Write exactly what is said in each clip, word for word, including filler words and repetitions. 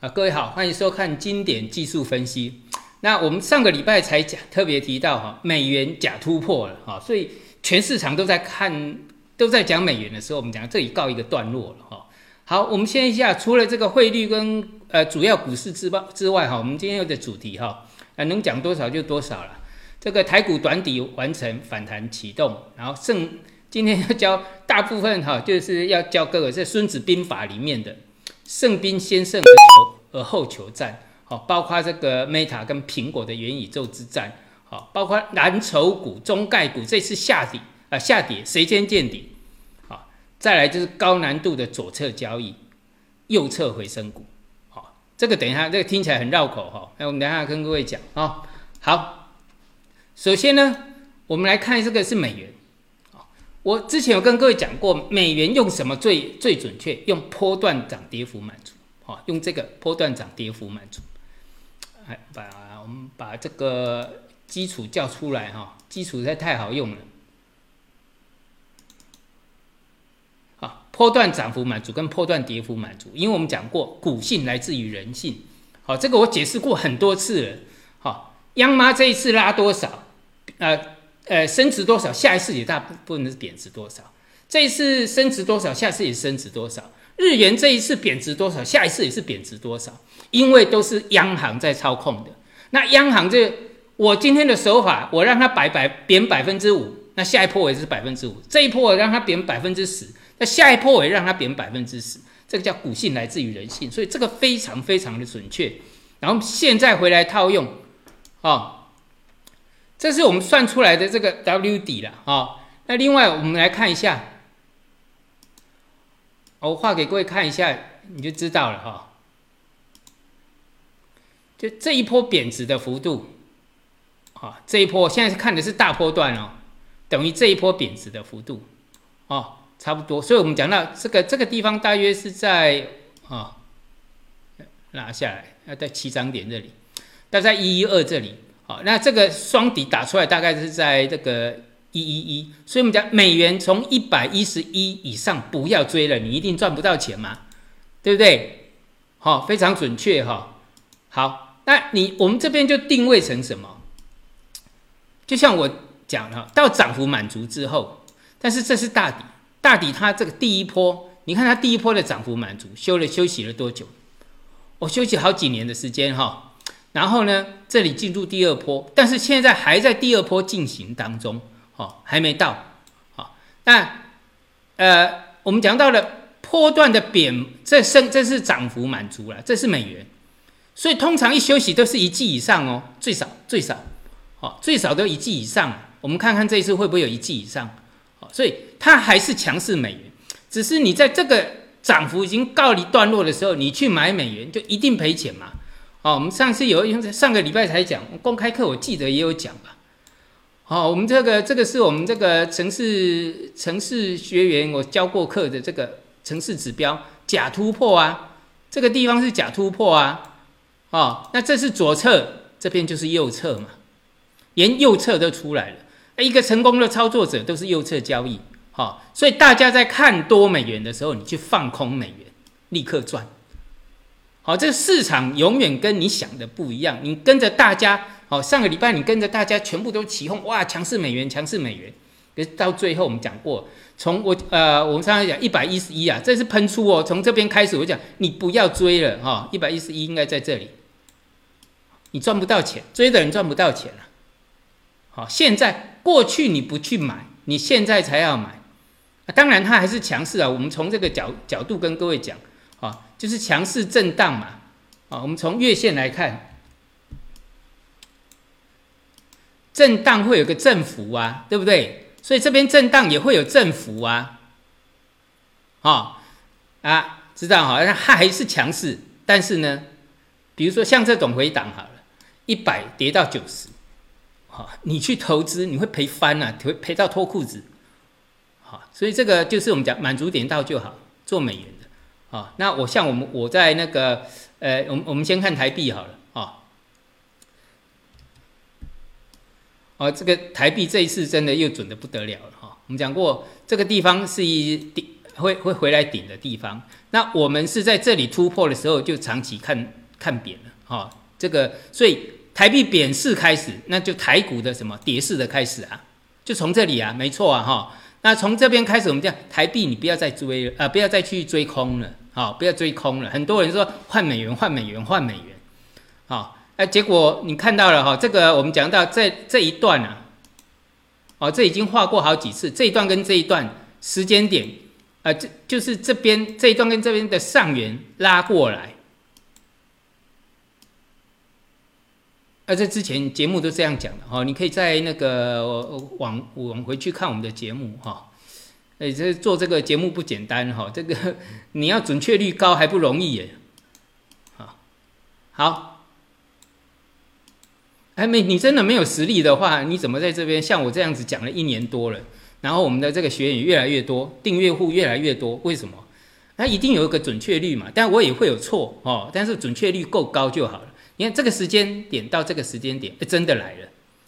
啊，各位好，欢迎收看经典技术分析。那我们上个礼拜才讲，特别提到哈，美元假突破了哈，所以全市场都在看，都在讲美元的时候，我们讲这里告一个段落了哈。好，我们先一下，除了这个汇率跟呃主要股市之外之外哈，我们今天有的主题哈，呃能讲多少就多少了。这个台股短底完成反弹启动，然后剩今天要教大部分哈，就是要教各位在《孙子兵法》里面的胜兵先胜而求而后求战，好，包括这个 Meta 跟苹果的元宇宙之战，好，包括蓝筹股、中概股这次下跌啊、呃、下跌谁先见底，好，再来就是高难度的左侧交易、右侧回升股，好，这个等一下这个听起来很绕口哈，那我们等一下跟各位讲啊。好。首先呢，我们来看这个是美元。我之前有跟各位讲过，美元用什么最最准确？用波段涨跌幅满足，用这个波段涨跌幅满足。把我们把这个基础叫出来哈，基础实在太好用了。好，波段涨幅满足跟波段跌幅满足，因为我们讲过，股性来自于人性。好，这个我解释过很多次了。好，央妈这一次拉多少？呃呃，升值多少？下一次也大部分是贬值多少？这一次升值多少？下一次也是升值多少？日元这一次贬值多少？下一次也是贬值多少？因为都是央行在操控的。那央行这我今天的手法，我让它百百贬百分之五，那下一波也是百分之五。这一波我让它贬百分之十，那下一波我也让它贬百分之十。这个叫股性来自于人性，所以这个非常非常的准确。然后现在回来套用，哦。这是我们算出来的这个 W 底了啊、哦。那另外我们来看一下，我画给各位看一下，你就知道了哈、哦。就这一波贬值的幅度，啊、哦，这一波现在看的是大波段哦，等于这一波贬值的幅度，哦，差不多。所以我们讲到这个这个地方大约是在啊、哦，拉下来要在起涨点这里，大概在一一二这里。好，那这个双底打出来大概是在这个一一一，所以我们讲美元从一百一十一以上不要追了，你一定赚不到钱嘛，对不对？好、哦，非常准确哈、哦。好，那你我们这边就定位成什么？就像我讲了，到涨幅满足之后，但是这是大底，大底它这个第一波，你看它第一波的涨幅满足，休了休息了多久？我、哦、休息好几年的时间哈。哦然后呢，这里进入第二波，但是现在还在第二波进行当中，哦，还没到，哦，那呃，我们讲到了波段的贬，这升这是涨幅满足了，这是美元，所以通常一休息都是一季以上哦，最少最少，哦，最少都一季以上。我们看看这一次会不会有一季以上，哦，所以它还是强势美元，只是你在这个涨幅已经告一段落的时候，你去买美元就一定赔钱嘛。哦，我们上次有上个礼拜才讲公开课，我记得也有讲吧。好、哦，我们这个这个是我们这个程式程式学员我教过课的这个程式指标假突破啊，这个地方是假突破啊。哦，那这是左侧，这边就是右侧嘛，连右侧都出来了。一个成功的操作者都是右侧交易。好、哦，所以大家在看多美元的时候，你去放空美元，立刻赚。好，这个市场永远跟你想的不一样。你跟着大家，好，上个礼拜你跟着大家全部都起哄，哇，强势美元，强势美元。可是到最后我们讲过，从我呃，我们上次讲一百一十一啊，这是喷出哦，从这边开始我讲你不要追了哈，一百一十一应该在这里，你赚不到钱，追的人赚不到钱了。好，现在过去你不去买，你现在才要买，啊、当然它还是强势啊。我们从这个角角度跟各位讲。啊，就是强势震荡嘛，啊，我们从月线来看，震荡会有个振幅啊，对不对？所以这边震荡也会有振幅啊，啊啊，知道哈？它还是强势，但是呢，比如说像这种回档好了，一百跌到九十，啊，你去投资你会赔翻啊，赔赔到脱裤子，好，所以这个就是我们讲满足点到就好，做美元的。哦、那我像我们我在那个呃，我们我们先看台币好了啊。哦，哦，这个台币这一次真的又准得不得了了哈、哦。我们讲过这个地方是一会会回来顶的地方。那我们是在这里突破的时候，就长期看看扁了，哈、哦，这个所以台币贬势开始，那就台股的什么跌势的开始啊，就从这里啊，没错啊，哈、哦。那从这边开始，我们讲台币，你不要再追了，呃，不要再去追空了，好、哦，不要追空了。很多人说换美元，换美元，换美元，好、哦，那结果你看到了哈、哦，这个我们讲到这这一段啊，哦，这已经画过好几次，这一段跟这一段时间点，呃，这就是这边这一段跟这边的上缘拉过来。啊，这之前节目都这样讲的哈、哦，你可以在那个往往回去看我们的节目哈。哎、哦，这做这个节目不简单哈、哦，这个你要准确率高还不容易耶。好，好，哎没，你真的没有实力的话，你怎么在这边像我这样子讲了一年多了，然后我们的这个学员越来越多，订阅户越来越多，为什么？那一定有一个准确率嘛，但我也会有错哦，但是准确率够高就好了。你看这个时间点到这个时间点，真的来了，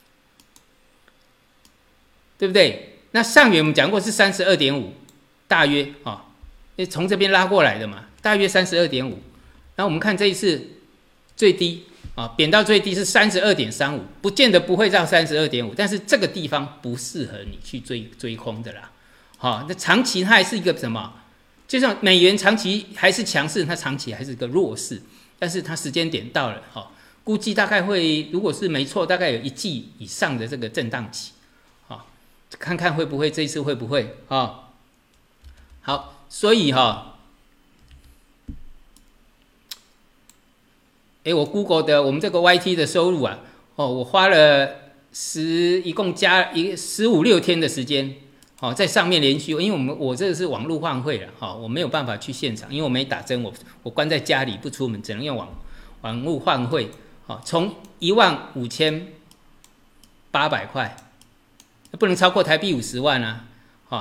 对不对？那上缘我们讲过是 三十二点五， 大约啊，从这边拉过来的嘛，大约 三十二点五。然后我们看这一次最低啊，贬到最低是 三十二点三五， 不见得不会到 三十二点五， 但是这个地方不适合你去追追空的啦。好，那长期它还是一个什么？就像美元长期还是强势，它长期还是一个弱势。但是它时间点到了，哈，估计大概会，如果是没错，大概有一季以上的这个震荡期，啊，看看会不会这一次会不会啊？好，所以哈，哎，我 Google 的我们这个 Y T 的收入啊，哦，我花了十，一共加一十五六天的时间。好、哦，在上面连续，因为我们我这个是网络换汇了，哈、哦，我没有办法去现场，因为我没打针，我我关在家里不出门，只能用网网络换汇，好、哦，从一万五千八百块，不能超过台币五十万啊，哈、哦，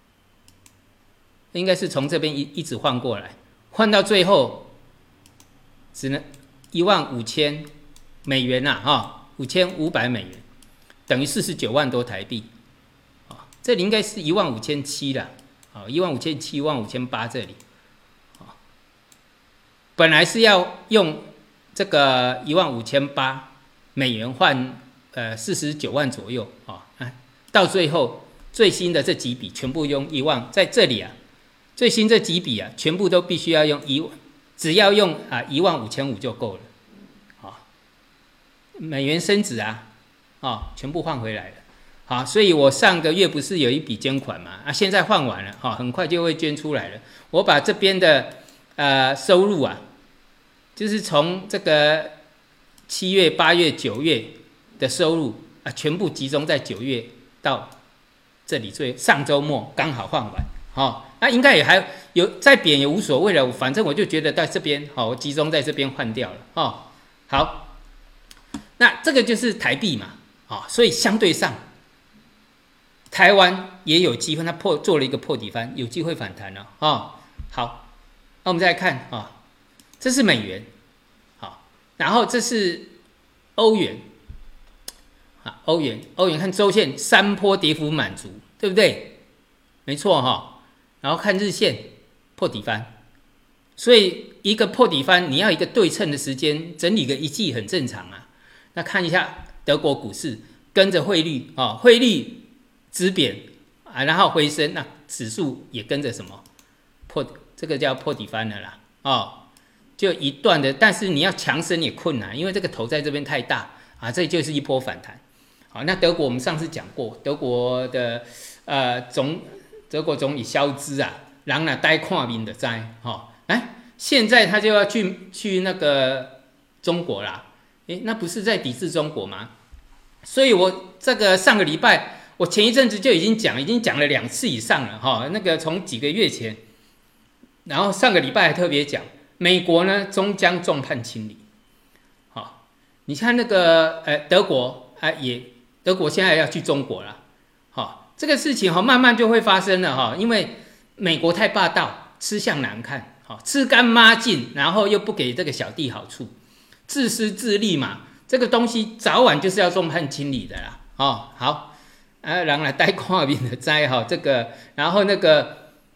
应该是从这边一一直换过来，换到最后只能一万五千美元呐、啊，哈、哦，五千五百美元，等于四十九万多台币。这里应该是一万五千七啦，啊，一万五千七、一万五千八这里，啊，本来是要用这个一万五千八美元换呃四十九万左右啊，到最后最新的这几笔全部用一万，在这里啊，最新这几笔啊，全部都必须要用一，只要用啊一万五千五就够了，啊，美元升值啊，啊，全部换回来了。好，所以我上个月不是有一笔捐款嘛？啊，现在换完了，哈，很快就会捐出来了。我把这边的呃收入啊，就是从这个七月、八月、九月的收入啊，全部集中在九月到这里，最上周末刚好换完，好，那应该也还有再贬也无所谓了，反正我就觉得在这边，好，我集中在这边换掉了，哦，好，那这个就是台币嘛，啊，所以相对上。台湾也有机会，它破做了一个破底翻，有机会反弹了啊、哦。好，那我们再来看啊、哦，这是美元，好，然后这是欧元，啊，欧元，欧元看周线三波跌幅满足，对不对？没错哈、哦。然后看日线破底翻，所以一个破底翻，你要一个对称的时间整理个一季很正常啊。那看一下德国股市，跟着汇率啊，汇率。止贬啊，然后回升，那指数也跟着什么破，这个叫破底翻了啦，哦，就一段的，但是你要强升也困难，因为这个头在这边太大啊，这就是一波反弹。好，那德国我们上次讲过，德国的呃总德国总理肖兹啊，人啊呆看面的灾，哈，哎，现在他就要去去那个中国啦，哎，那不是在抵制中国吗？所以我这个上个礼拜。我前一阵子就已经讲，已经讲了两次以上了哈。那个从几个月前，然后上个礼拜还特别讲，美国呢终将众叛亲离。好，你看那个呃德国啊，也德国现在要去中国了。好，这个事情哈慢慢就会发生了哈，因为美国太霸道，吃相难看，好吃干抹净，然后又不给这个小弟好处，自私自利嘛，这个东西早晚就是要众叛亲离的啦。哦，好。啊，人来呆看面的灾哈，这个，然后那个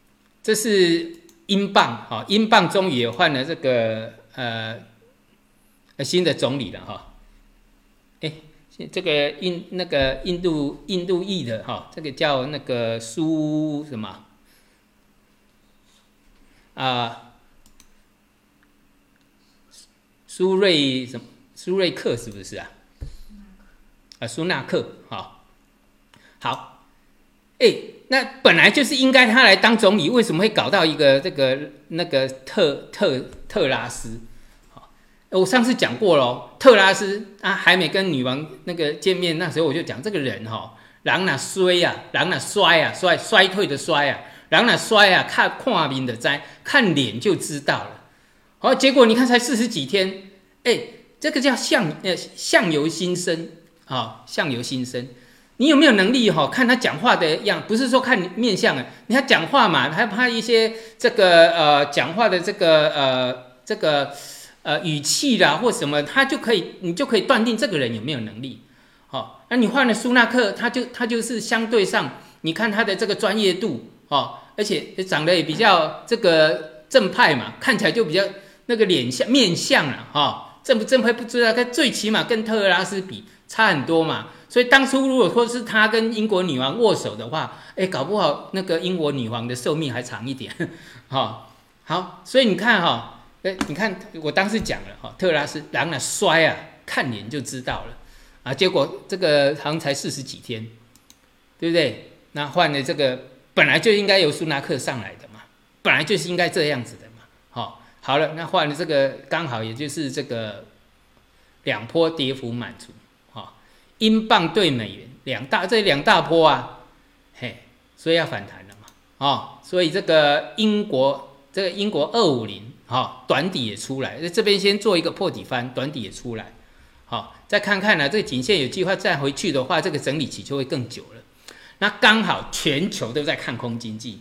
这是英镑哈，英镑终于也换了这个呃新的总理了哈。哎，这个印那个印度印度裔的哈，这个叫那个苏什么啊？苏瑞什么？苏瑞克是不是啊？啊，苏纳克哈。好，哎，那本来就是应该他来当总理，为什么会搞到一个这个那个特特特拉斯？我上次讲过了，特拉斯啊，还没跟女王那个见面，那时候我就讲这个人哈、哦，人哪衰啊，人哪衰啊，衰衰退的衰啊，人哪衰啊，看看面的灾，看脸就知道了。好、哦，结果你看才四十几天，哎，这个叫相呃相由心生啊、哦，相由心生。你有没有能力哈、哦？看他讲话的样，不是说看面相啊，你看讲话嘛，还怕一些这个呃讲话的这个呃这个。呃，语气啦或什么，他就可以，你就可以断定这个人有没有能力。好、哦，那你换了苏纳克，他就他就是相对上，你看他的这个专业度，哦，而且长得也比较这个正派嘛，看起来就比较那个脸相面相了，哈、哦，正不正派不知道，但最起码跟特拉斯比差很多嘛。所以当初如果说是他跟英国女王握手的话，哎，搞不好那个英国女王的寿命还长一点，哈、哦，好，所以你看哈、哦。你看，我当时讲了哈，特拉斯人啊衰啊，看脸就知道了啊。结果这个好像才四十几天，对不对？那换了这个，本来就应该由苏纳克上来的嘛，本来就是应该这样子的嘛。好，好了，那换了这个，刚好也就是这个两波跌幅满足，哈，英镑对美元两大这两大波啊，嘿，所以要反弹了嘛，哦，所以这个英国这个英国二五零。好、哦，短底也出来，这边先做一个破底翻，短底也出来。好、哦，再看看呢、啊，这个颈线有计划再回去的话，这个整理期就会更久了。那刚好全球都在看空经济，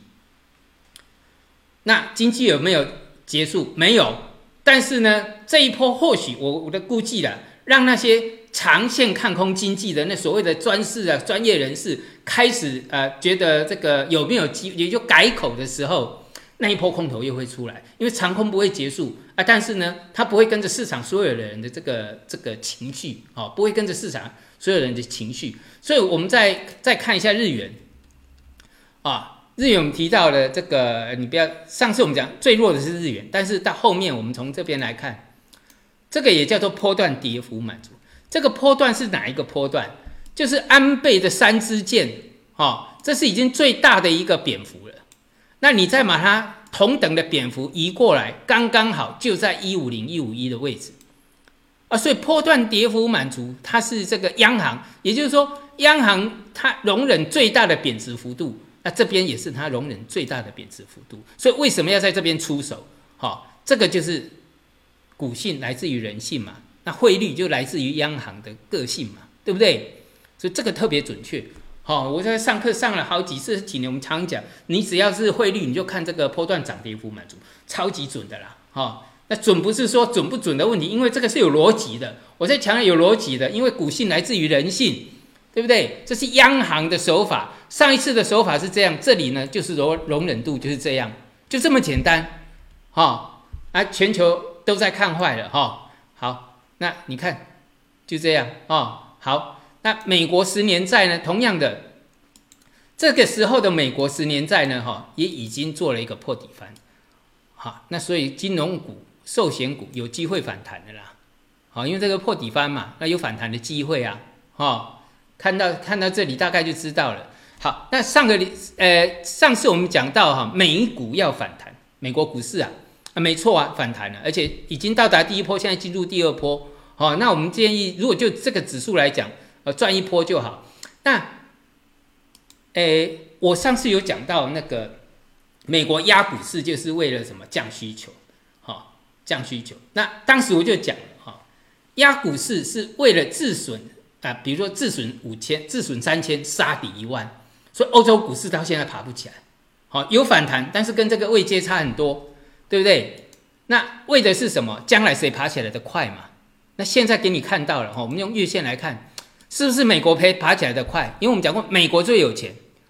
那经济有没有结束？没有。但是呢，这一波或许我我的估计啦，让那些长线看空经济的那所谓的专士啊、专业人士开始呃觉得这个有没有机，也就改口的时候。那一波空头又会出来，因为长空不会结束啊，但是呢，它不会跟着市场所有的人的这个这个情绪，哦，不会跟着市场所有人的情绪，所以我们再再看一下日元，啊，日元我们提到了这个，你不要，上次我们讲最弱的是日元，但是到后面我们从这边来看，这个也叫做波段跌幅满足，这个波段是哪一个波段？就是安倍的三支箭，哦，这是已经最大的一个蝙蝠了。那你再把它同等的蝙蝠移过来，刚刚好就在一五零、一五一的位置啊，所以波段跌幅满足，它是这个央行，也就是说央行它容忍最大的贬值幅度，那这边也是它容忍最大的贬值幅度，所以为什么要在这边出手？好、哦，这个就是股性来自于人性嘛，那汇率就来自于央行的个性嘛，对不对？所以这个特别准确。好、哦，我在上课上了好几次，几年我们常讲，你只要是汇率，你就看这个波段涨跌幅满足，超级准的啦。哈、哦，那准不是说准不准的问题，因为这个是有逻辑的。我在强调有逻辑的，因为股性来自于人性，对不对？这是央行的手法，上一次的手法是这样，这里呢就是容容忍度就是这样，就这么简单。哈、哦，啊，全球都在看坏了哈、哦。好，那你看就这样哦。好。那美国十年债呢？同样的，这个时候的美国十年债呢，哈，也已经做了一个破底翻，好，那所以金融股、寿险股有机会反弹的啦，好，因为这个破底翻嘛，那有反弹的机会啊，哈，看到看到这里大概就知道了。好，那上个呃上次我们讲到哈，美股要反弹，美国股市啊，啊没错啊，反弹了，而且已经到达第一波，现在进入第二波，好，那我们建议，如果就这个指数来讲。呃，赚一波就好。那，诶，我上次有讲到那个美国压股市就是为了什么降需求，哈、哦，降需求。那当时我就讲了哈、哦，压股市是为了自损啊、呃，比如说自损五千、自损三千，杀抵一万。所以欧洲股市到现在爬不起来，好、哦、有反弹，但是跟这个位阶差很多，对不对？那为的是什么？将来谁爬起来的快嘛？那现在给你看到了哈、哦，我们用月线来看。是不是美国爬爬起来的快？因为我们讲过，美国最有钱，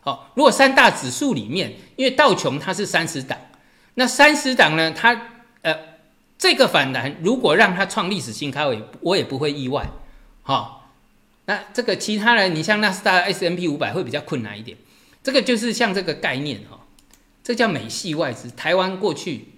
好，如果三大指数里面，因为道琼它是三十档，那三十档呢，它呃这个反弹如果让它创历史新高，我也不会意外。好，那这个其他人，你像纳斯达克 S and P 五百会比较困难一点。这个就是像这个概念哈，这叫美系外资。台湾过去，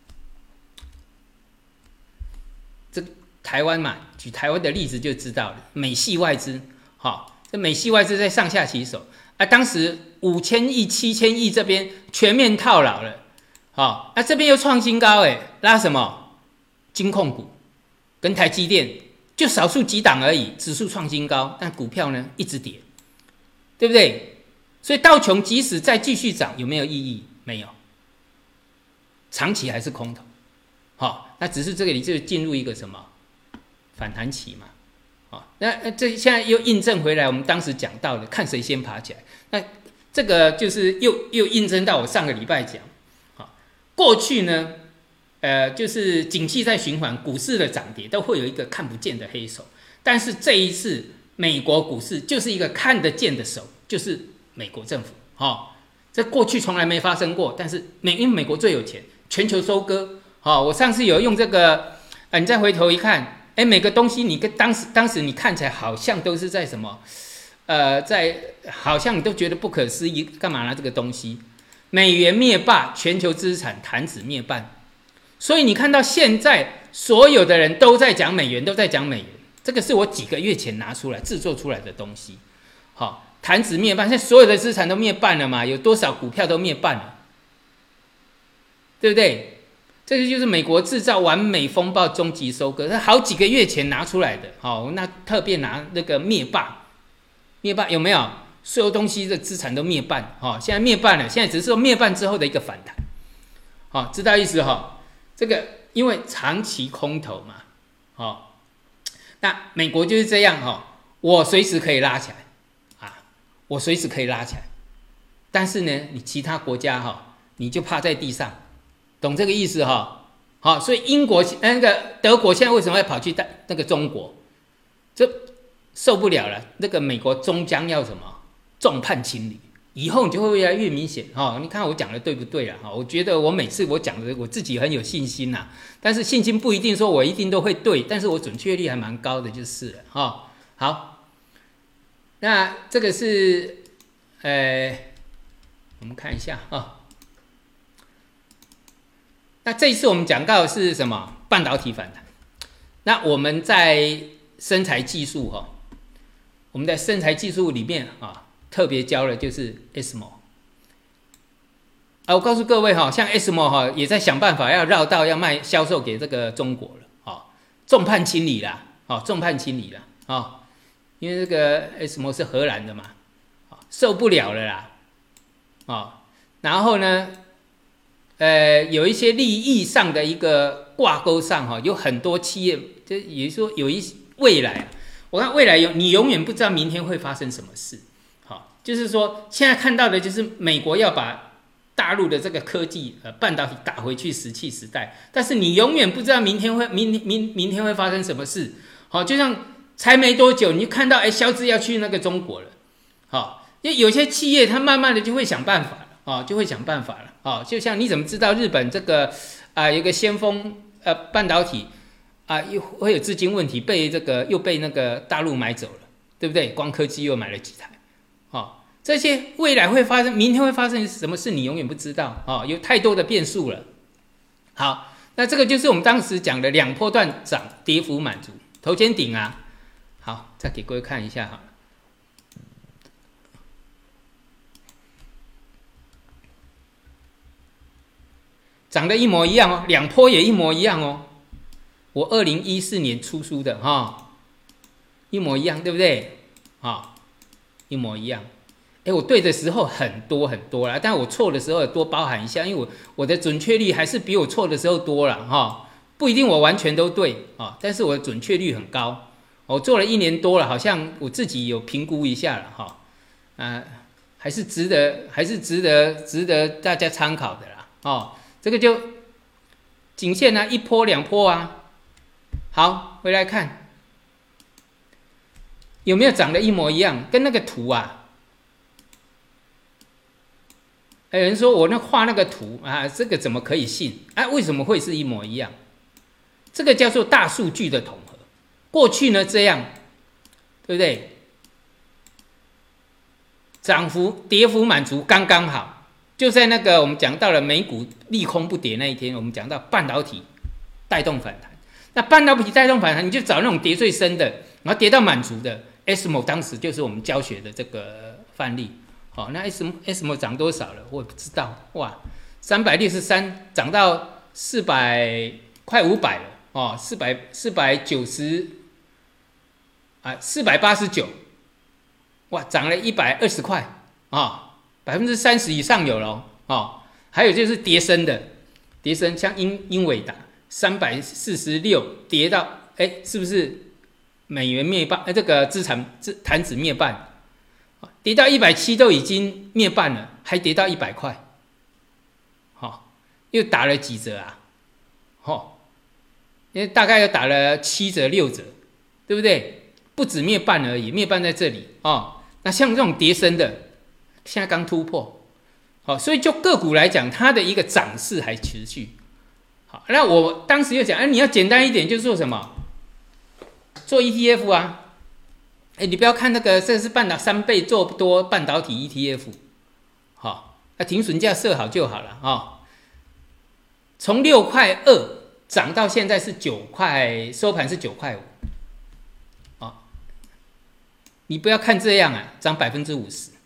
这台湾嘛，举台湾的例子就知道了，美系外资，好，这美系外资在上下其手。啊，当时五千亿、七千亿这边全面套牢了，好，那、啊、这边又创新高，哎，拉什么？金控股跟台积电，就少数几档而已，指数创新高，但股票呢一直跌，对不对？所以道琼即使再继续涨，有没有意义？没有，长期还是空头，好，那只是这个里就进入一个什么反弹期嘛。那这现在又印证回来，我们当时讲到的，看谁先爬起来。那这个就是又又印证到我上个礼拜讲，过去呢，呃，就是景气在循环，股市的涨跌都会有一个看不见的黑手，但是这一次美国股市就是一个看得见的手，就是美国政府，哦，这过去从来没发生过，但是美因为美国最有钱，全球收割，哦，我上次有用这个，呃，你再回头一看。哎，每个东西你跟当时当时你看起来好像都是在什么，呃，在好像你都觉得不可思议，干嘛拿这个东西？美元灭霸，全球资产弹指灭半，所以你看到现在所有的人都在讲美元，都在讲美元，这个是我几个月前拿出来制作出来的东西。好，弹指灭半，现在所有的资产都灭半了嘛？有多少股票都灭半了，对不对？这个就是美国制造完美风暴终极收割，是好几个月前拿出来的。好，那特别拿那个灭霸，灭霸有没有？所有东西的资产都灭半，哈，现在灭半了，现在只是说灭半之后的一个反弹，好，知道意思哈？这个因为长期空头嘛，好，那美国就是这样哈，我随时可以拉起来，啊，我随时可以拉起来，但是呢，你其他国家哈，你就趴在地上。懂这个意思哈？好，所以英国那个德国现在为什么要跑去那个中国？这受不了了。那个美国终将要什么众叛亲离，以后你就会越来越明显哈。你看我讲的对不对了哈？我觉得我每次我讲的我自己很有信心呐，但是信心不一定说我一定都会对，但是我准确率还蛮高的就是了哈。好，那这个是呃，我们看一下啊。那这一次我们讲到的是什么？半导体反弹。那我们在生材技术哈，我们在生材技术里面啊，特别教的就是 A S M O。啊，我告诉各位哈，像 A S M O 哈，也在想办法要绕道要卖销售给这个中国了，啊，众叛亲离啦，啊，众叛亲离啦，啊，因为这个 A S M O 是荷兰的嘛，啊，受不了了啦，啊，然后呢？呃，有一些利益上的一个挂钩上哈，有很多企业，就也就是说有一未来啊，我看未来有你永远不知道明天会发生什么事，好，就是说现在看到的就是美国要把大陆的这个科技呃半导体打回去石器时代，但是你永远不知道明天会明明明天会发生什么事，好，就像才没多久你就看到哎，肖智要去那个中国了，好，因为有些企业它慢慢的就会想办法了，哦，就会想办法了。哦，就像你怎么知道日本这个啊、呃、有个先锋呃半导体啊、呃、又会有资金问题，被这个又被那个大陆买走了，对不对？光科技又买了几台，哦，这些未来会发生，明天会发生什么事，你永远不知道，哦，有太多的变数了。好，那这个就是我们当时讲的两波段涨，跌幅满足，头肩顶啊。好，再给各位看一下好了。长得一模一样哦，两波也一模一样哦。我二零一四年出书的哈、哦，一模一样，对不对？啊、哦，一模一样。哎，我对的时候很多很多啦，但我错的时候也多包含一下，因为我我的准确率还是比我错的时候多了哈、哦。不一定我完全都对啊、哦，但是我的准确率很高。我做了一年多了，好像我自己有评估一下了哈，啊、呃，还是值得，还是值得值得大家参考的啦哦。这个就颈线啊，一波两波啊。好，回来看有没有长得一模一样，跟那个图啊， 有人说我那画那个图啊，这个怎么可以信？啊，为什么会是一模一样？这个叫做大数据的统合。过去呢这样，对不对？涨幅、跌幅满足刚刚好，就在那个我们讲到了美股利空不跌那一天，我们讲到半导体带动反弹。那半导体带动反弹，你就找那种跌最深的，然后跌到满足的。S M O 当时就是我们教学的这个范例。好，那 S M S M O 涨多少了？我也不知道。哇，三百六十三涨到四百，快五百了哦，四百四百九十啊，四百八十九，哇，涨了一百二十块啊，百分之三十以上有了哦。还有就是跌深的，跌深像英英伟达三百四十六跌到，哎，是不是美元灭半？哎，这个资产资弹指灭半。跌到一百七都已经灭半了，还跌到一百块，好、哦，又打了几折啊？哦，因为大概又打了七折六折，对不对？不止灭半而已，灭半在这里哦。那像这种跌深的，现在刚突破，好、哦，所以就个股来讲，它的一个涨势还持续。好，那我当时又讲，哎，你要简单一点，就做什么？做 E T F 啊。哎，你不要看那个，这是半导三倍做多半导体 E T F， 好、哦，那停损价设好就好了啊、哦。从六块二涨到现在是九块，收盘是九块五，哦，你不要看这样啊，涨百分之五十，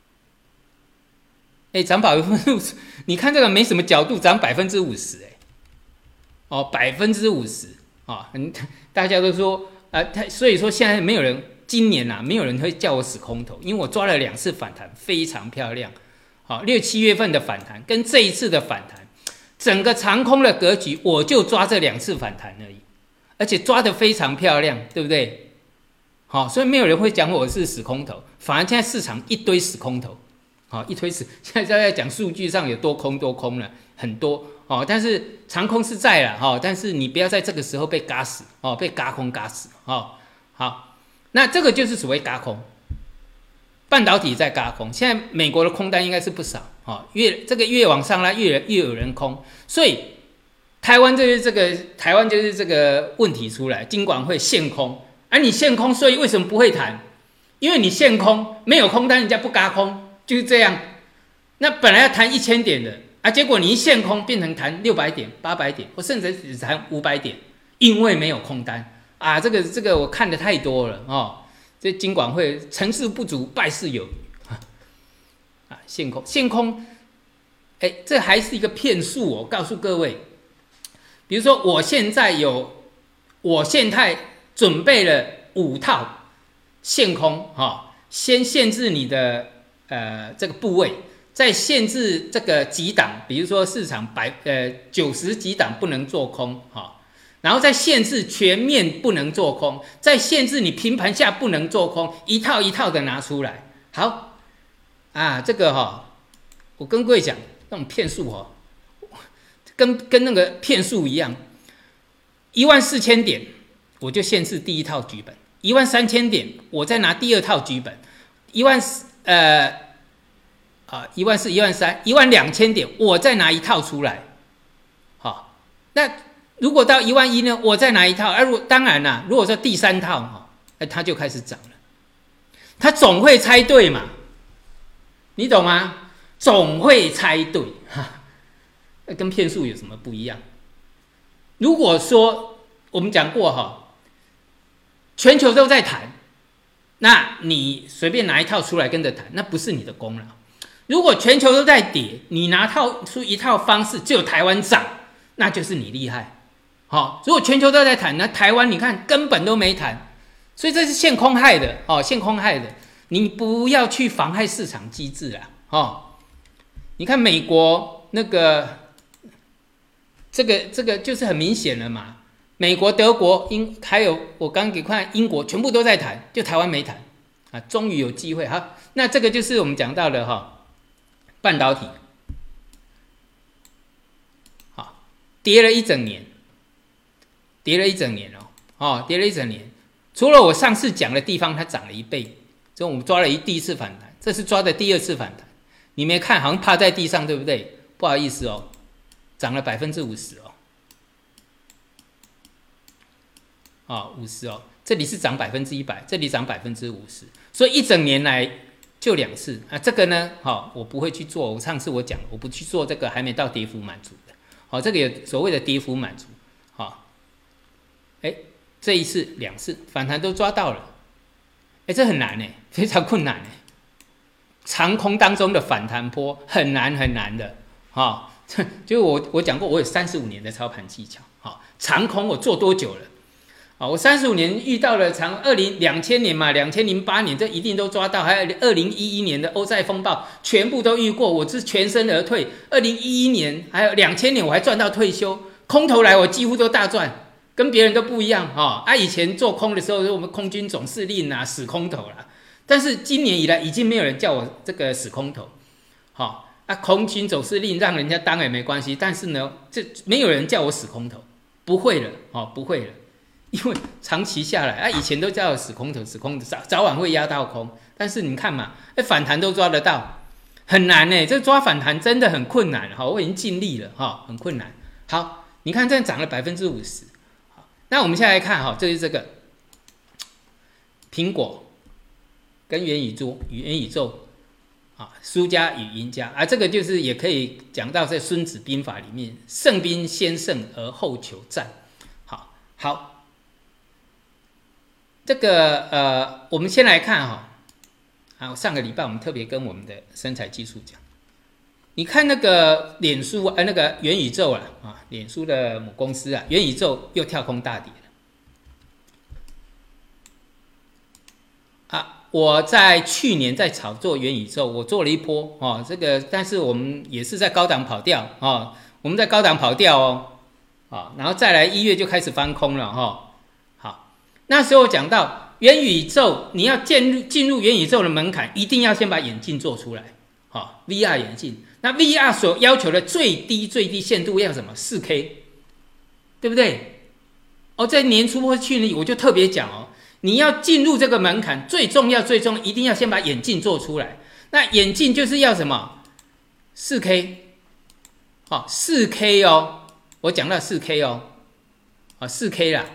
哎，涨百分之五十，你看这个没什么角度，涨百分之五十，哎，哦，百分之五十啊，大家都说啊，他所以说现在没有人。今年啊，没有人会叫我死空头，因为我抓了两次反弹，非常漂亮。好，六七月份的反弹跟这一次的反弹，整个长空的格局，我就抓这两次反弹而已，而且抓得非常漂亮，对不对？好，所以没有人会讲我是死空头，反而现在市场一堆死空头，好，一堆死。现在在讲数据上有多空多空了，很多哦，但是长空是在了哈，但是你不要在这个时候被嘎死哦，被嘎空嘎死哦，好。那这个就是所谓轧空，半导体在轧空，现在美国的空单应该是不少，哦、越这个越往上拉越越有人空，所以台湾就是这个台湾就是这个问题出来，金管会限空，而、啊、你限空，所以为什么不会谈？因为你限空，没有空单，人家不轧空，就是这样。那本来要谈一千点的啊，结果你一限空，变成谈六百点、八百点，或甚至只谈五百点，因为没有空单。啊，这个这个我看的太多了哦，这金管会成事不足败事有余啊，限空限空，哎，这还是一个骗术。我告诉各位，比如说我现在有，我现在准备了五套限空哈、哦，先限制你的呃这个部位，再限制这个几档，比如说市场百呃九十几档不能做空哈。哦，然后再限制全面不能做空，再限制你平盘下不能做空，一套一套的拿出来。好啊，这个哈、哦，我跟各位讲，那种骗术哦，跟跟那个骗术一样，一万四千点我就限制第一套剧本，一万三千点我再拿第二套剧本，一万呃啊一万四一万三一万两千点我再拿一套出来，好、哦，那。如果到一万一呢，我再拿一套，而、啊、当然啦，如果说第三套哈，哎，它就开始涨了，它总会猜对嘛，你懂吗？总会猜对，哈，跟骗术有什么不一样？如果说我们讲过哈，全球都在谈，那你随便拿一套出来跟着谈，那不是你的功劳。如果全球都在跌，你拿套出一套方式，只有台湾涨，那就是你厉害。好，如果全球都在谈，那台湾你看根本都没谈，所以这是限空害的哦，限空害的，你不要去妨害市场机制啦哦。你看美国那个，这个这个就是很明显了嘛，美国、德国、英还有我刚给看英国，全部都在谈，就台湾没谈啊，终于有机会哈。那这个就是我们讲到的哈、哦，半导体，好，跌了一整年。跌了一整年哦，哦，跌了一整年。除了我上次讲的地方，它涨了一倍，所以我们抓了一第一次反弹，这是抓的第二次反弹。 你没看，好像趴在地上，对不对？不好意思哦，涨了百分之五十哦，啊五十哦，这里是涨百分之一百，这里涨百分之五十，所以一整年来就两次啊。这个呢，好、哦，我不会去做。我上次我讲了，我不去做这个还没到跌幅满足的。好、哦，这个有所谓的跌幅满足，好、哦，哎，这一次两次反弹都抓到了，哎，这很难哎，非常困难哎。长空当中的反弹波很难很难的，哈、哦，就我我讲过，我有三十五年的操盘技巧，哈、哦，长空我做多久了？啊、哦，我三十五年遇到了长二零两千年嘛，两千零八年这一定都抓到，还有二零一一年的欧债风暴，全部都遇过，我是全身而退。二零一一年还有两千年我还赚到退休，空头来我几乎都大赚，跟别人都不一样哈、哦。啊，以前做空的时候，我们空军总司令啊，死空头啦。但是今年以来，已经没有人叫我这个死空头，好、哦、啊，空军总司令让人家当也没关系，但是呢，这没有人叫我死空头，不会了，哦，不会了，因为长期下来啊，以前都叫我死空头，死空头早早晚会压到空，但是你看嘛，哎，反弹都抓得到，很难呢，这抓反弹真的很困难，哈、哦，我已经尽力了，哈、哦，很困难。好，你看这样涨了百分之五十，好，那我们现在来看哈、哦，这是这个苹果。跟元宇宙、元宇宙啊，输家与赢家啊，这个就是也可以讲到在《孙子兵法》里面，胜兵先胜而后求战。好，好，这个呃，我们先来看哈，啊，上个礼拜我们特别跟我们的生财技术讲，你看那个脸书啊，那个元宇宙啊，啊，脸书的母公司啊，元宇宙又跳空大跌了啊。我在去年在炒作元宇宙，我做了一波哦，这个但是我们也是在高档跑掉哦，我们在高档跑掉哦，哦，然后再来一月就开始翻空了哈、哦。好，那时候讲到元宇宙，你要进入进入元宇宙的门槛，一定要先把眼镜做出来，好、哦、，V R 眼镜。那 V R 所要求的最低最低限度要什么 ？四 K， 对不对？哦，在年初或去年我就特别讲哦。你要进入这个门槛，最重要、最重要，一定要先把眼镜做出来。那眼镜就是要什么 ？四 K， 好、哦， 四 K 哦，我讲到 四 K 哦，啊、哦， 四 K 啦。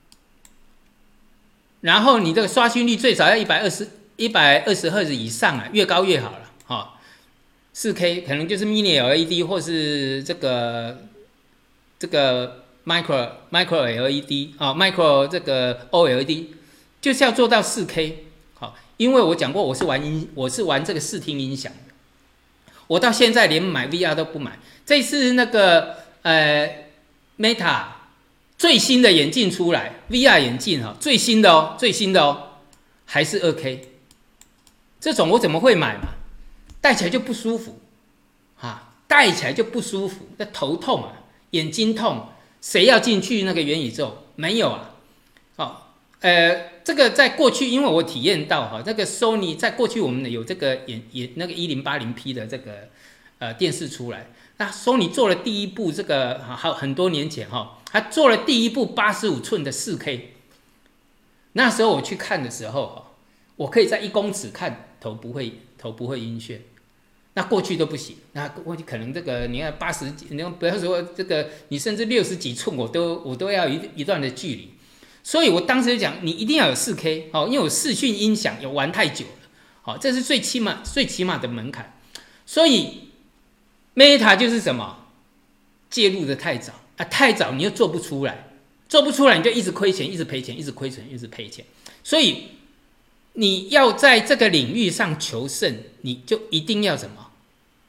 然后你这个刷新率最少要一百二十、一百二十赫兹以上啊，越高越好了，哈、哦。四 K 可能就是 Mini L E D 或是这个这个 Micro Micro L E D 啊、哦、，Micro 这个 O L E D。就是要做到 四 K， 好，因为我讲过我是玩音，我是玩这个视听音响的，我到现在连买 V R 都不买。这次那个呃 Meta 最新的眼镜出来 ，V R 眼镜哈，最新的哦，最新的哦，还是 二 K， 这种我怎么会买嘛？戴起来就不舒服，啊，戴起来就不舒服，那头痛啊，眼睛痛，谁要进去那个元宇宙？没有啊，哦。呃，这个在过去，因为我体验到哈，这个 Sony 在过去我们有这个也也那个一零八零 P 的这个呃电视出来，那 Sony 做了第一部这个，还有很多年前哈，他做了第一部八十五寸的 四 K， 那时候我去看的时候哈，我可以在一公尺看，头不会头不会晕眩，那过去都不行，那过去可能这个你看八十几，你不要说这个，你甚至六十几寸，我都我都要一一段的距离。所以我当时就讲，你一定要有 四 K， 哦，因为有视讯音响，有玩太久了，好、哦，这是最起码最起码的门槛。所以 Meta 就是什么，介入的太早啊，太早你又做不出来，做不出来你就一直亏钱，一直赔钱，一直亏钱，一直赔钱。所以你要在这个领域上求胜，你就一定要什么，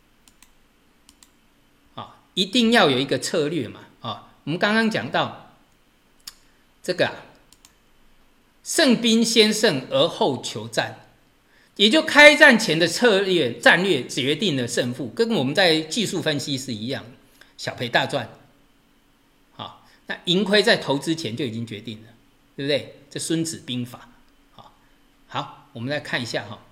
啊、哦，一定要有一个策略嘛，啊、哦，我们刚刚讲到这个啊。胜兵先胜而后求战，也就开战前的策略战略决定了胜负，跟我们在技术分析是一样，小赔大赚。好，那盈亏在投资前就已经决定了，对不对？这孙子兵法。好，好，我们来看一下哈，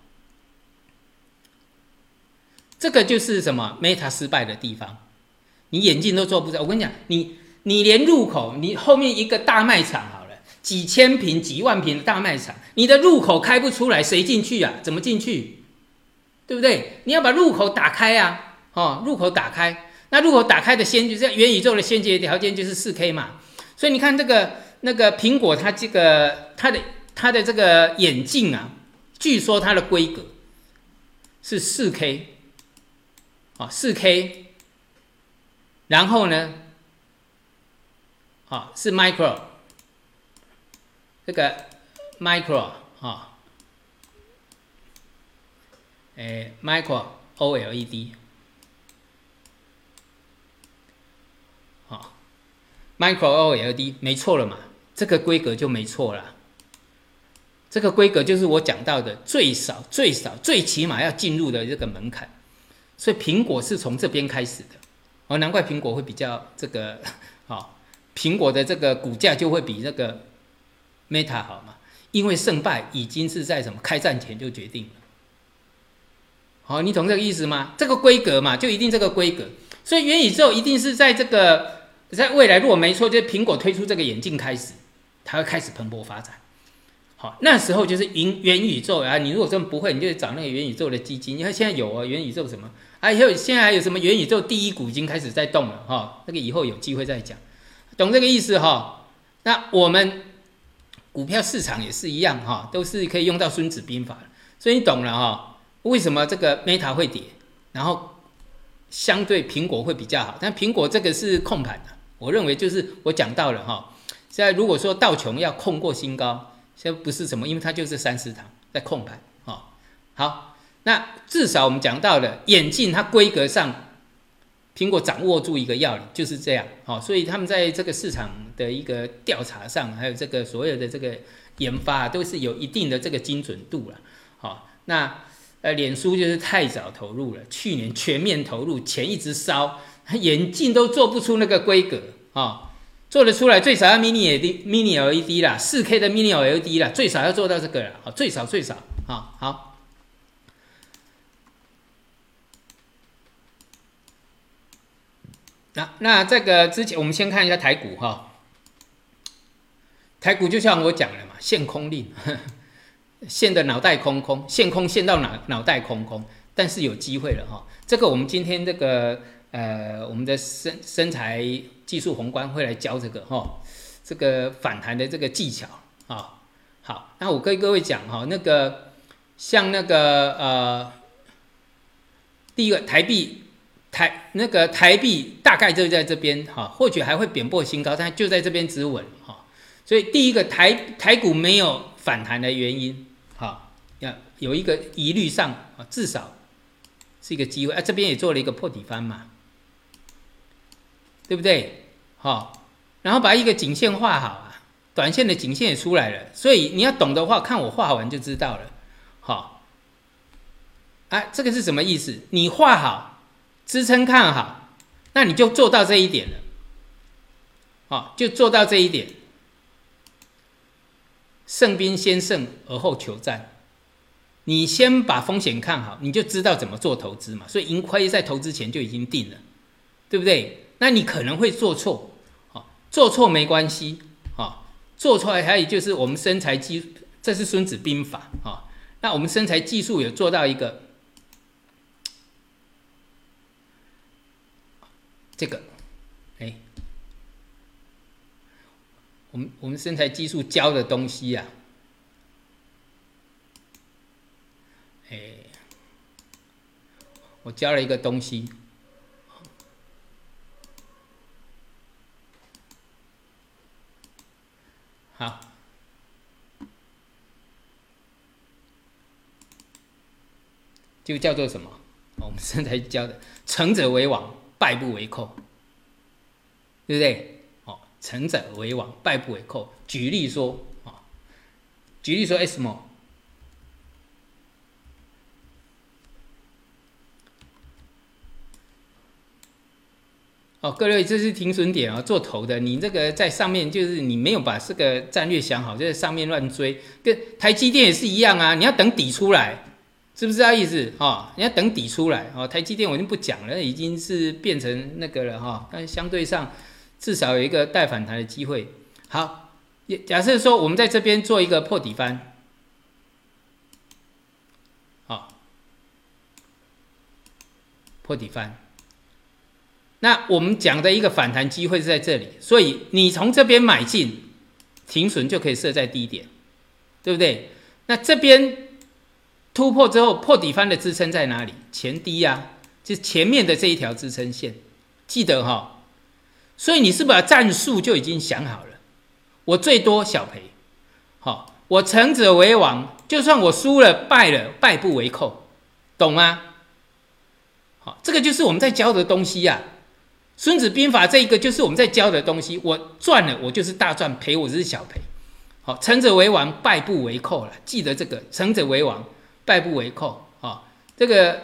这个就是什么 Meta 失败的地方，你眼镜都做不到。我跟你讲，你你连入口，你后面一个大卖场好。几千平、几万平的大卖场，你的入口开不出来，谁进去啊？怎么进去？ 对不对？你要把入口打开啊，哦，入口打开，那入口打开的先就是元宇宙的先决条件就是 四 K 嘛，所以你看这个那个苹果它这个它的它的这个眼镜啊，据说它的规格是 四 K， 啊 四 K， 然后呢，啊是 micro， 这个 micro 啊。诶 ，micro O L E D， 好 ，micro O L E D 没错了嘛，这个规格就没错了。这个规格就是我讲到的最少、最少、最起码要进入的这个门槛，所以苹果是从这边开始的，哦，难怪苹果会比较这个，好，苹果的这个股价就会比这个 Meta 好嘛，因为胜败已经是在什么开战前就决定了。好，你懂这个意思吗？这个规格嘛，就一定这个规格，所以元宇宙一定是在这个在未来，如果没错，就是苹果推出这个眼镜开始，它会开始蓬勃发展。好，那时候就是元元宇宙啊，你如果真的不会，你就找那个元宇宙的基金，因为现在有啊，元宇宙什么，还有现在还有什么元宇宙第一股已经开始在动了哈，那个以后有机会再讲，懂这个意思哈？那我们股票市场也是一样哈，都是可以用到孙子兵法，所以你懂了哈。为什么这个 Meta 会跌，然后相对苹果会比较好？但苹果这个是控盘的，我认为就是我讲到了哈。现在如果说道琼要控过新高，现在不是什么，因为它就是三四堂在控盘啊。好，那至少我们讲到了眼镜，它规格上苹果掌握住一个要领，就是这样。好，所以他们在这个市场的一个调查上，还有这个所有的这个研发，都是有一定的这个精准度了。好，那。呃，脸书就是太早投入了，去年全面投入，钱一直烧，眼镜都做不出那个规格啊、哦，做得出来最少要 mini L E D mini L E D 啦 ，四 K 的 mini L E D 啦，最少要做到这个了，好，最少最少啊、哦，好。那那这个之前我们先看一下台股哈、哦，台股就像我讲了嘛，限空令。呵呵陷的脑袋空空，陷空陷到脑脑袋空空，但是有机会了哈。这个我们今天这个呃，我们的身身材技术宏观会来教这个哈，这个反弹的这个技巧啊。好，那我跟各位讲哈，那个像那个呃，第一个台币台那个台币大概就在这边哈，或许还会贬破新高，但就在这边止稳哈。所以第一个台台股没有反弹的原因。好，要有一个疑虑上啊，至少是一个机会啊。这边也做了一个破底翻嘛，对不对？好，然后把一个颈线画好啊，短线的颈线也出来了，所以你要懂的话，看我画完就知道了。好，啊，这个是什么意思？你画好，支撑看好，那你就做到这一点了。好，就做到这一点。胜兵先胜而后求战，你先把风险看好，你就知道怎么做投资嘛。所以盈亏在投资前就已经定了，对不对？那你可能会做错，做错没关系，做错还有就是我们生财技，这是孙子兵法啊。那我们生财技术有做到一个这个，哎。我们我们生财技术教的东西啊，哎，我教了一个东西，好，就叫做什么？我们生财教的，成者为王，败不为寇，对不对？成者为王，败不为寇。举例说，啊，举例说 ，S M O， 哦，各位，这是停损点啊、哦，做头的，你这个在上面就是你没有把这个战略想好，就在上面乱追，跟台积电也是一样啊，你要等底出来，是不是这意思？哦，你要等底出来，哦，台积电我已经不讲了，已经是变成那个了哈、哦，但是相对上。至少有一个带反弹的机会。好，假设说我们在这边做一个破底翻，好， 破底翻。那我们讲的一个反弹机会是在这里，所以你从这边买进，停损就可以设在低点，对不对？那这边突破之后，破底翻的支撑在哪里？前低啊，就是前面的这一条支撑线，记得哈、哦。所以你是不是把战术就已经想好了？我最多小赔，好、哦，我成者为王，就算我输了败了，败不为寇，懂吗？好、哦，这个就是我们在教的东西呀、啊。孙子兵法这一个就是我们在教的东西，我赚了我就是大赚，赔我只是小赔。好、哦，成者为王，败不为寇了，记得这个，成者为王，败不为寇啊、哦，这个。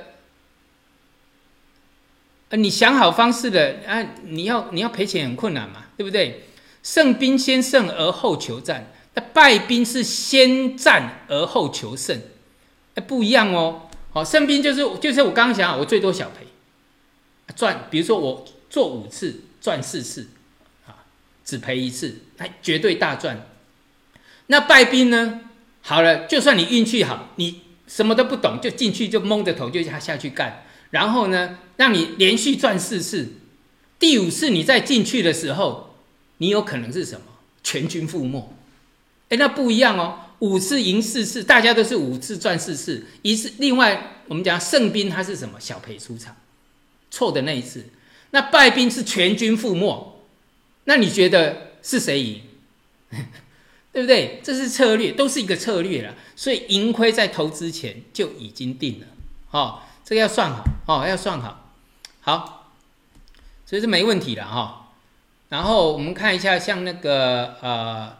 你想好方式了啊！你要你要赔钱很困难嘛，对不对？胜兵先胜而后求战，那败兵是先战而后求胜，哎，不一样哦。好，胜兵就是就是我刚刚讲，我最多小赔，赚，比如说我做五次赚四次，啊，只赔一次，哎，绝对大赚。那败兵呢？好了，就算你运气好，你什么都不懂，就进去就蒙着头就下去干。然后呢，让你连续赚四次，第五次你再进去的时候，你有可能是什么？全军覆没。哎，那不一样哦，五次赢四次，大家都是五次赚四次，一次。另外，我们讲胜兵他是什么？小赔出场，错的那一次。那败兵是全军覆没。那你觉得是谁赢？对不对？这是策略，都是一个策略啦。所以盈亏在投资前就已经定了，哦。这个要算好哦，要算好，好，所以这没问题了哈、哦。然后我们看一下，像那个呃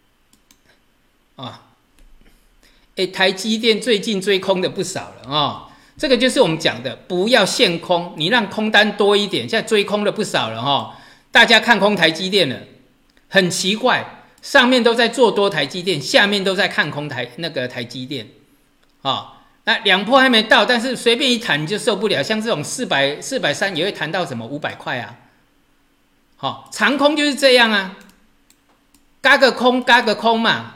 啊，哎，台积电最近追空的不少了哦。这个就是我们讲的，不要限空，你让空单多一点。现在追空的不少了哈、哦，大家看空台积电了，很奇怪，上面都在做多台积电，下面都在看空台那个台积电，啊、哦。那两波还没到，但是随便一弹你就受不了，像这种四百、四百三也会弹到什么五百块啊？好、哦，长空就是这样啊，嘎个空，嘎个空嘛，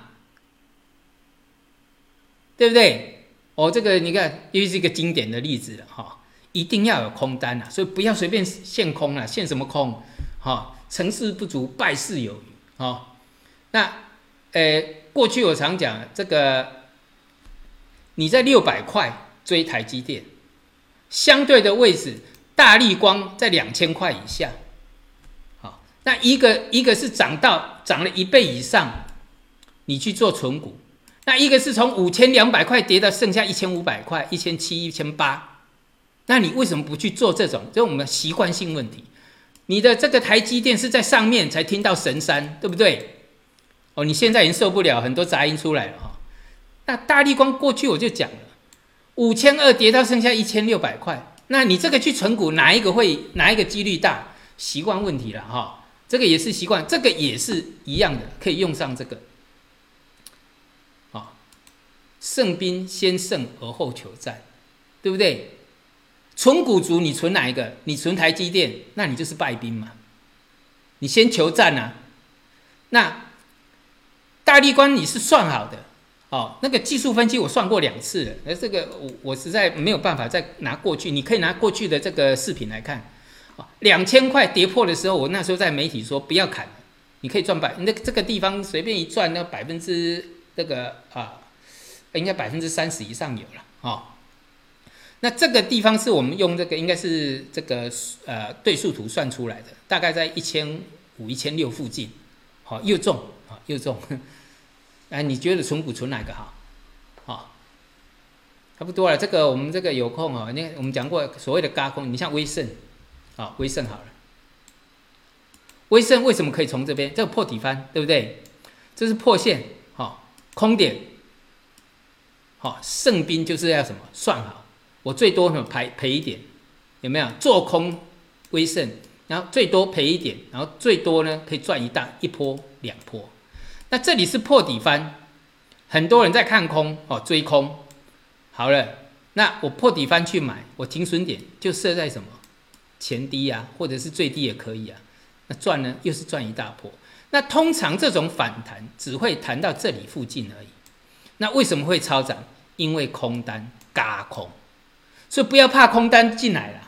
对不对？哦，这个你看又是一个经典的例子了哈、哦，一定要有空单啊，所以不要随便限空啊，限什么空？哈、哦，成事不足，败事有余。哦，那呃，过去我常讲这个。你在六百块追台积电，相对的位置，大立光在两千块以下。好，那一个一个是涨到涨了一倍以上，你去做存股；那一个是从五千两百块跌到剩下一千五百块、一千七、一千八。那你为什么不去做这种？这是我们的习惯性问题。你的这个台积电是在上面才听到神山，对不对？哦，你现在已经受不了，很多杂音出来了哈。那大立光过去我就讲了，五千二跌到剩下一千六百块，那你这个去存股哪一个会哪一个几率大？习惯问题了哈，这个也是习惯，这个也是一样的，可以用上这个。啊，胜兵先胜而后求战，对不对？存股族你存哪一个？你存台积电，那你就是败兵嘛。你先求战啊。那大立光你是算好的。哦，那个技术分析我算过两次了，那这个我我实在没有办法再拿过去，你可以拿过去的这个视频来看。两千块跌破的时候，我那时候在媒体说不要砍，你可以赚百，那这个地方随便一赚，那百分之这个啊，应该百分之三十以上有了哦。那这个地方是我们用这个应该是这个呃对数图算出来的，大概在一千五、一千六附近，好、哦、又中啊、哦、又中。哎，你觉得存股存哪个好？好、哦，差不多了。这个我们这个有空哦，那我们讲过所谓的轧空，你像威盛，啊、哦，威盛好了，威盛为什么可以从这边这个破底翻，对不对？这是破线，好、哦，空点，好、哦，胜兵就是要什么？算好，我最多什么赔赔一点，有没有？做空威盛，然后最多赔一点，然后最多呢可以赚一大一波两波。那这里是破底翻，很多人在看空哦，追空。好了，那我破底翻去买，我停损点就设在什么前低啊，或者是最低也可以啊。那赚呢，又是赚一大波。那通常这种反弹只会弹到这里附近而已。那为什么会超涨？因为空单轧空，所以不要怕空单进来了。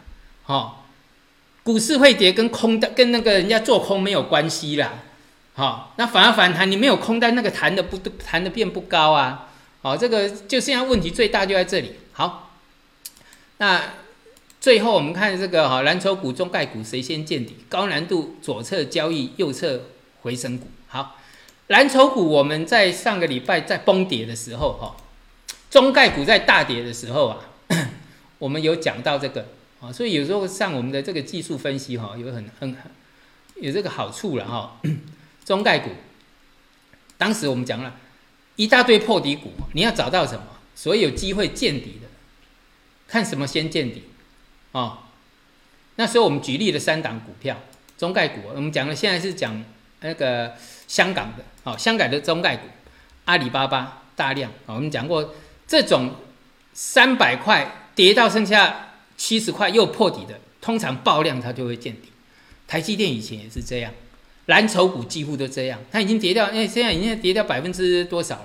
哦，股市会跌跟空单跟那个人家做空没有关系啦。好、哦，那反而反弹，你没有空单，那个弹的不弹的变不高啊。好、哦，这个就现在问题最大就在这里。好，那最后我们看这个哈，蓝筹股、中概股谁先见底？高难度左侧交易，右侧回升股。好，蓝筹股我们在上个礼拜在崩跌的时候哈，中概股在大跌的时候啊，我们有讲到这个啊，所以有时候上我们的这个技术分析哈，有很很有这个好处了哈。中概股，当时我们讲了一大堆破底股，你要找到什么？所以有机会见底的，看什么先见底哦。那时候我们举例了三档股票，中概股，我们讲了，现在是讲那个香港的，哦，香港的中概股，阿里巴巴、大量，哦，我们讲过这种三百块跌到剩下七十块又破底的，通常爆量它就会见底。台积电以前也是这样，蓝筹股几乎都这样，它已经跌掉，哎，现在已经跌掉百分之多少了？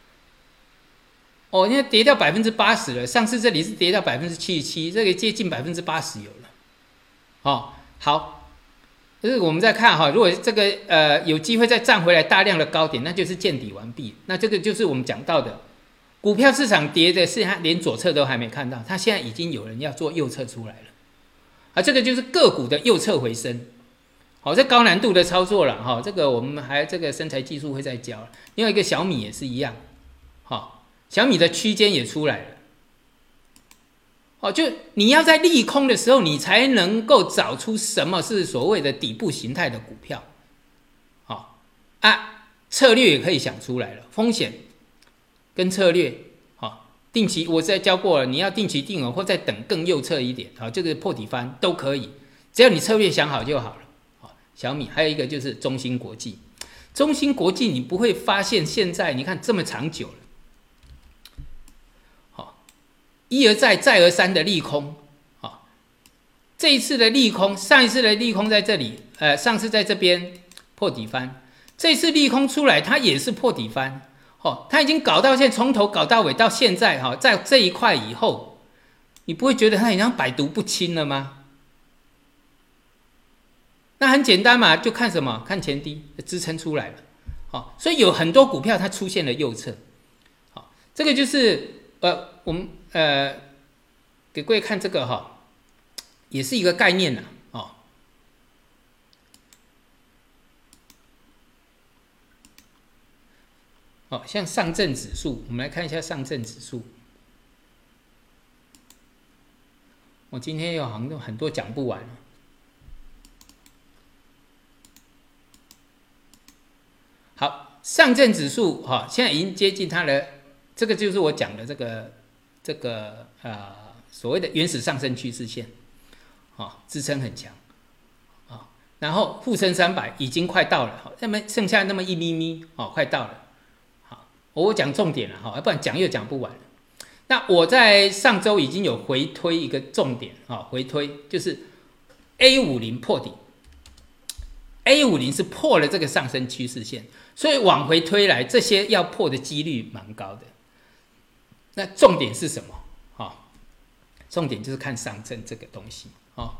哦，现在跌掉百分之八十了。上次这里是跌掉百分之七十七，这个接近百分之八十有了。哦，好，就是我们再看哈，如果这个呃有机会再站回来大量的高点，那就是见底完毕。那这个就是我们讲到的，股票市场跌的是它连左侧都还没看到，它现在已经有人要做右侧出来了。啊，这个就是个股的右侧回升。好，这高难度的操作了哈，这个我们还这个身材技术会再教。另外一个小米也是一样，好。小米的区间也出来了，哦，就你要在利空的时候，你才能够找出什么是所谓的底部形态的股票，好、哦、啊，策略也可以想出来了，风险跟策略，好、哦，定期我在教过了，你要定期定额或再等更右侧一点，好、哦，这个破底翻都可以，只要你策略想好就好了，好、哦，小米还有一个就是中芯国际，中芯国际你不会发现现在你看这么长久了。一而再再而三的利空，哦，这一次的利空，上一次的利空在这里，呃，上次在这边破底翻，这次利空出来，它也是破底翻，哦，它已经搞到现在从头搞到尾，到现在哈、哦，在这一块以后，你不会觉得它好像百毒不侵了吗？那很简单嘛，就看什么？看前低支撑出来了，哦，所以有很多股票它出现了右侧，好、哦，这个就是呃我们。呃，给各位看这个哈，也是一个概念呐，哦，哦，像上证指数，我们来看一下上证指数。我今天有好像很多讲不完。好，上证指数哈、哦，现在已经接近它的，这个就是我讲的这个。这个呃所谓的原始上升趋势线，哦，支撑很强，哦，然后沪深三百已经快到了，好，那么剩下那么一咪咪，哦，快到了，好，我讲重点了哈，要不然讲又讲不完。那我在上周已经有回推一个重点啊、哦，回推就是 A 五十 破底 ，A 五十 是破了这个上升趋势线，所以往回推来，这些要破的几率蛮高的。那重点是什么？哦，重点就是看上证这个东西哦。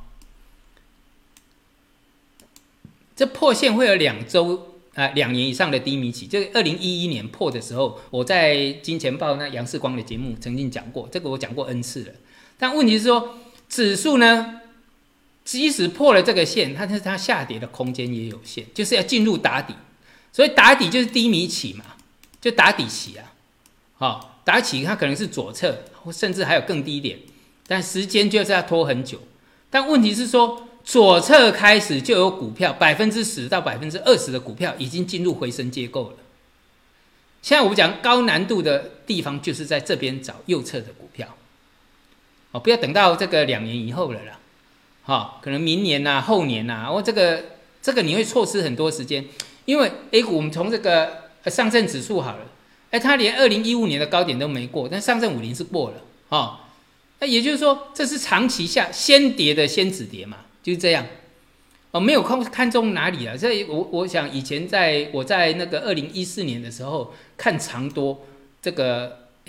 这破线会有两周啊，两年以上的低迷期。这个二零一一年破的时候，我在金钱豹那杨世光的节目曾经讲过，这个我讲过 N 次了。但问题是说，指数呢，即使破了这个线，它它下跌的空间也有限，就是要进入打底。所以打底就是低迷期嘛，就打底期啊，哦。打起它可能是左侧，甚至还有更低一点，但时间就是要拖很久。但问题是说，左侧开始就有股票百分之十到百分之二十的股票已经进入回升结构了。现在我们讲高难度的地方，就是在这边找右侧的股票，哦，不要等到这个两年以后了啦，哦，可能明年啊、后年啊，哦，这个这个你会错失很多时间，因为 A 股我们从这个上证指数好了。哎，它连二零一五年的高点都没过，但上证五零是过了，哦，那也就是说，这是长期下先跌的先止跌嘛，就是这样，哦，没有看看中哪里了。所以我我想以前在我在那个二零一四年的时候看长多这个 A 股，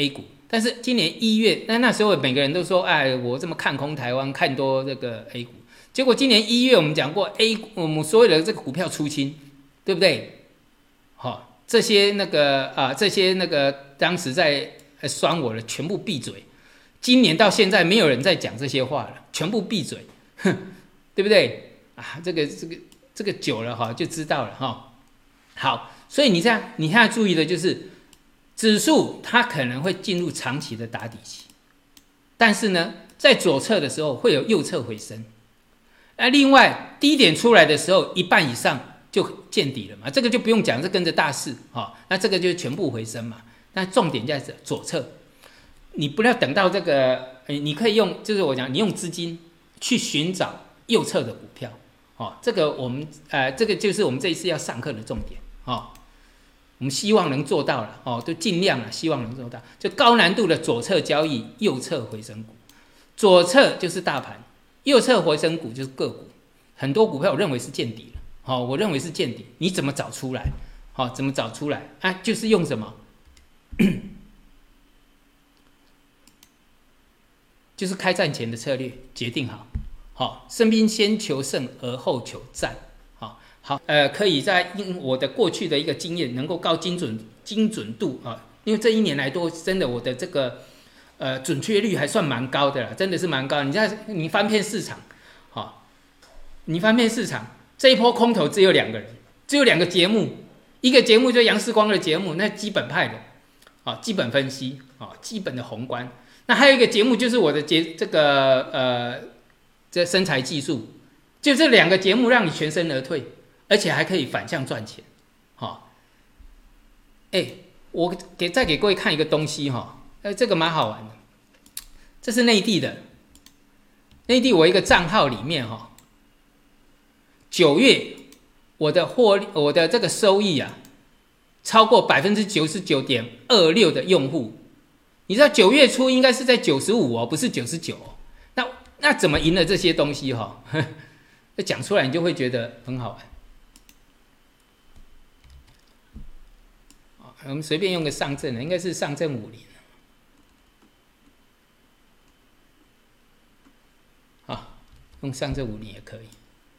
但是今年一月，那那时候每个人都说，哎，我这么看空台湾，看多这个 A 股。结果今年一月我们讲过 A， 我们所有的这个股票出清，对不对？好、哦，这些那个啊，这些那个当时在酸我的，全部闭嘴。今年到现在没有人在讲这些话了，全部闭嘴，哼，对不对？啊，这个这个这个久了哈，就知道了哈。好，所以你这样，你现在注意的就是，指数它可能会进入长期的打底期，但是呢，在左侧的时候会有右侧回升。那另外低点出来的时候，一半以上就见底了嘛，这个就不用讲，是跟着大势哈。那这个就全部回升嘛。那重点在左侧，你不要等到这个，你可以用，就是我讲，你用资金去寻找右侧的股票，哦，这个我们呃，这个就是我们这一次要上课的重点哦。我们希望能做到了哦，都尽量了，希望能做到，就高难度的左侧交易，右侧回升股，左侧就是大盘。右侧回升股就是个股，很多股票我认为是见底了，好、哦，我认为是见底，你怎么找出来？好、哦，怎么找出来？啊，就是用什么？就是开战前的策略决定好，好、哦，胜兵先求胜而后求战，好、哦，好，呃，可以在因我的过去的一个经验，能够高精准精准度啊、哦，因为这一年来多真的我的这个。呃，准确率还算蛮高的啦，真的是蛮高。你在你翻遍市场，好、哦，你翻遍市场，这一波空头只有两个人，只有两个节目，一个节目就是杨世光的节目，那基本派的，啊、哦，基本分析，啊、哦，基本的宏观。那还有一个节目就是我的节这个呃，这身材技术，就这两个节目让你全身而退，而且还可以反向赚钱，好、哦，哎，我给再给各位看一个东西哈。哦呃，这个蛮好玩的，这是内地的，内地我一个账号里面哈、哦，九月我的获利，我的这个收益啊，超过百分之九十九点二六的用户，你知道九月初应该是在九十五哦，不是九十九哦，那那怎么赢了这些东西哈、哦？讲出来你就会觉得很好玩。我们随便用个上证的，应该是上证五零。用上证五零也可以。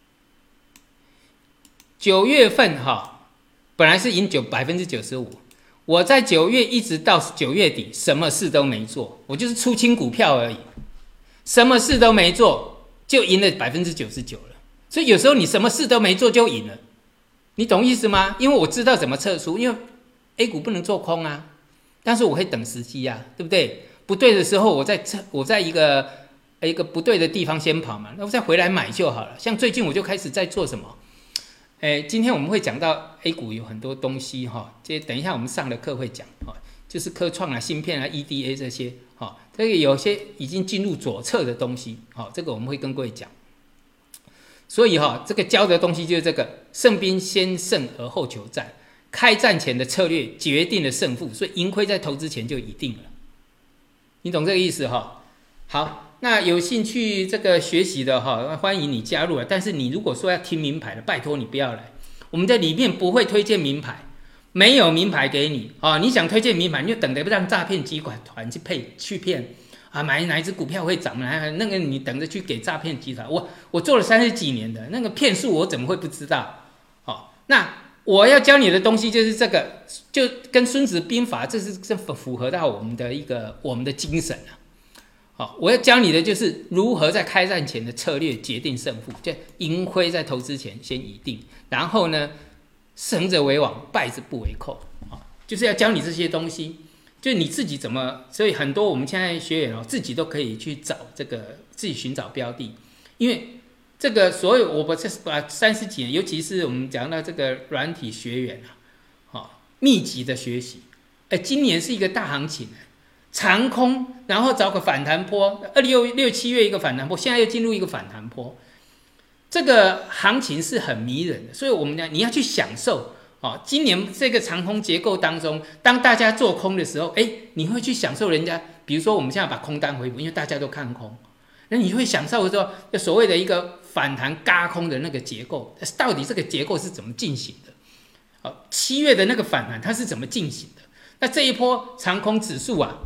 九月份哈，本来是赢九百分之九十五，我在九月一直到九月底，什么事都没做，我就是出清股票而已，什么事都没做，就赢了百分之九十九了。所以有时候你什么事都没做就赢了，你懂意思吗？因为我知道怎么撤出，因为 A 股不能做空啊，但是我可以等时机啊，对不对？不对的时候，我在撤，我在一个。一个不对的地方先跑嘛，那我再回来买就好了。像最近我就开始在做什么？诶，今天我们会讲到 A 股有很多东西哈，这等一下我们上的课会讲哈，就是科创啊、芯片啊、E D A 这些哈，这个有些已经进入左侧的东西，好，这个我们会跟各位讲。所以哈，这个教的东西就是这个胜兵先胜而后求战，开战前的策略决定了胜负，所以盈亏在投资前就已定了。你懂这个意思哈？好。那有兴趣这个学习的哈，欢迎你加入了。但是你如果说要听名牌的，拜托你不要来，我们在里面不会推荐名牌，没有名牌给你啊、哦。你想推荐名牌，你就等着让诈骗集团去配去骗啊，买哪一只股票会涨，那个你等着去给诈骗集团。我我做了三十几年的那个骗术，我怎么会不知道？哦，那我要教你的东西就是这个，就跟孙子兵法，这是这符合到我们的一个我们的精神啊。好，我要教你的就是如何在开战前的策略决定胜负，就盈亏在投资前先已定，然后呢，胜者为王，败之不为寇啊，就是要教你这些东西，就是你自己怎么，所以很多我们现在学员哦，自己都可以去找这个自己寻找标的，因为这个所有我们这把三十几年，尤其是我们讲到这个软体学员啊，好密集的学习，哎，今年是一个大行情。长空，然后找个反弹波，二六六七月一个反弹波，现在又进入一个反弹波，这个行情是很迷人的，所以我们讲你要去享受哦。今年这个长空结构当中，当大家做空的时候，哎，你会去享受人家，比如说我们现在把空单回补，因为大家都看空，那你会享受说所谓的一个反弹轧空的那个结构，到底这个结构是怎么进行的？哦，七月的那个反弹它是怎么进行的？那这一波长空指数啊。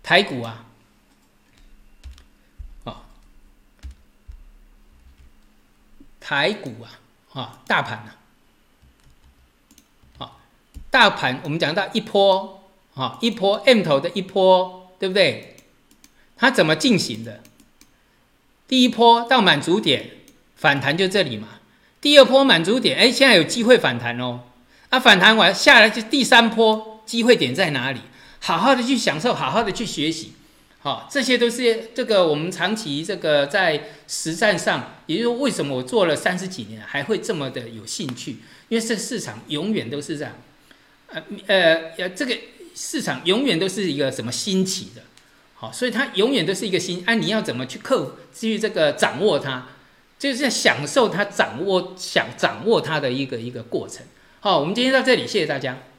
台股啊，哦，台股啊，啊、哦，大盘啊，啊、哦，大盘我们讲到一波啊、哦，一波 M 头的一波，对不对？它怎么进行的？第一波到满足点反弹就这里嘛，第二波满足点，哎，现在有机会反弹哦。啊，反弹完下来就第三波机会点在哪里？好好的去享受，好好的去学习，好、哦，这些都是这个我们长期这个在实战上，也就是说，为什么我做了三十几年还会这么的有兴趣？因为这市场永远都是这样，呃呃，这个市场永远都是一个什么新奇的，好、哦，所以它永远都是一个新，啊，你要怎么去克服，去这个掌握它，就是要享受它，掌握想掌握它的一个一个过程。好，我们今天到这里，谢谢大家。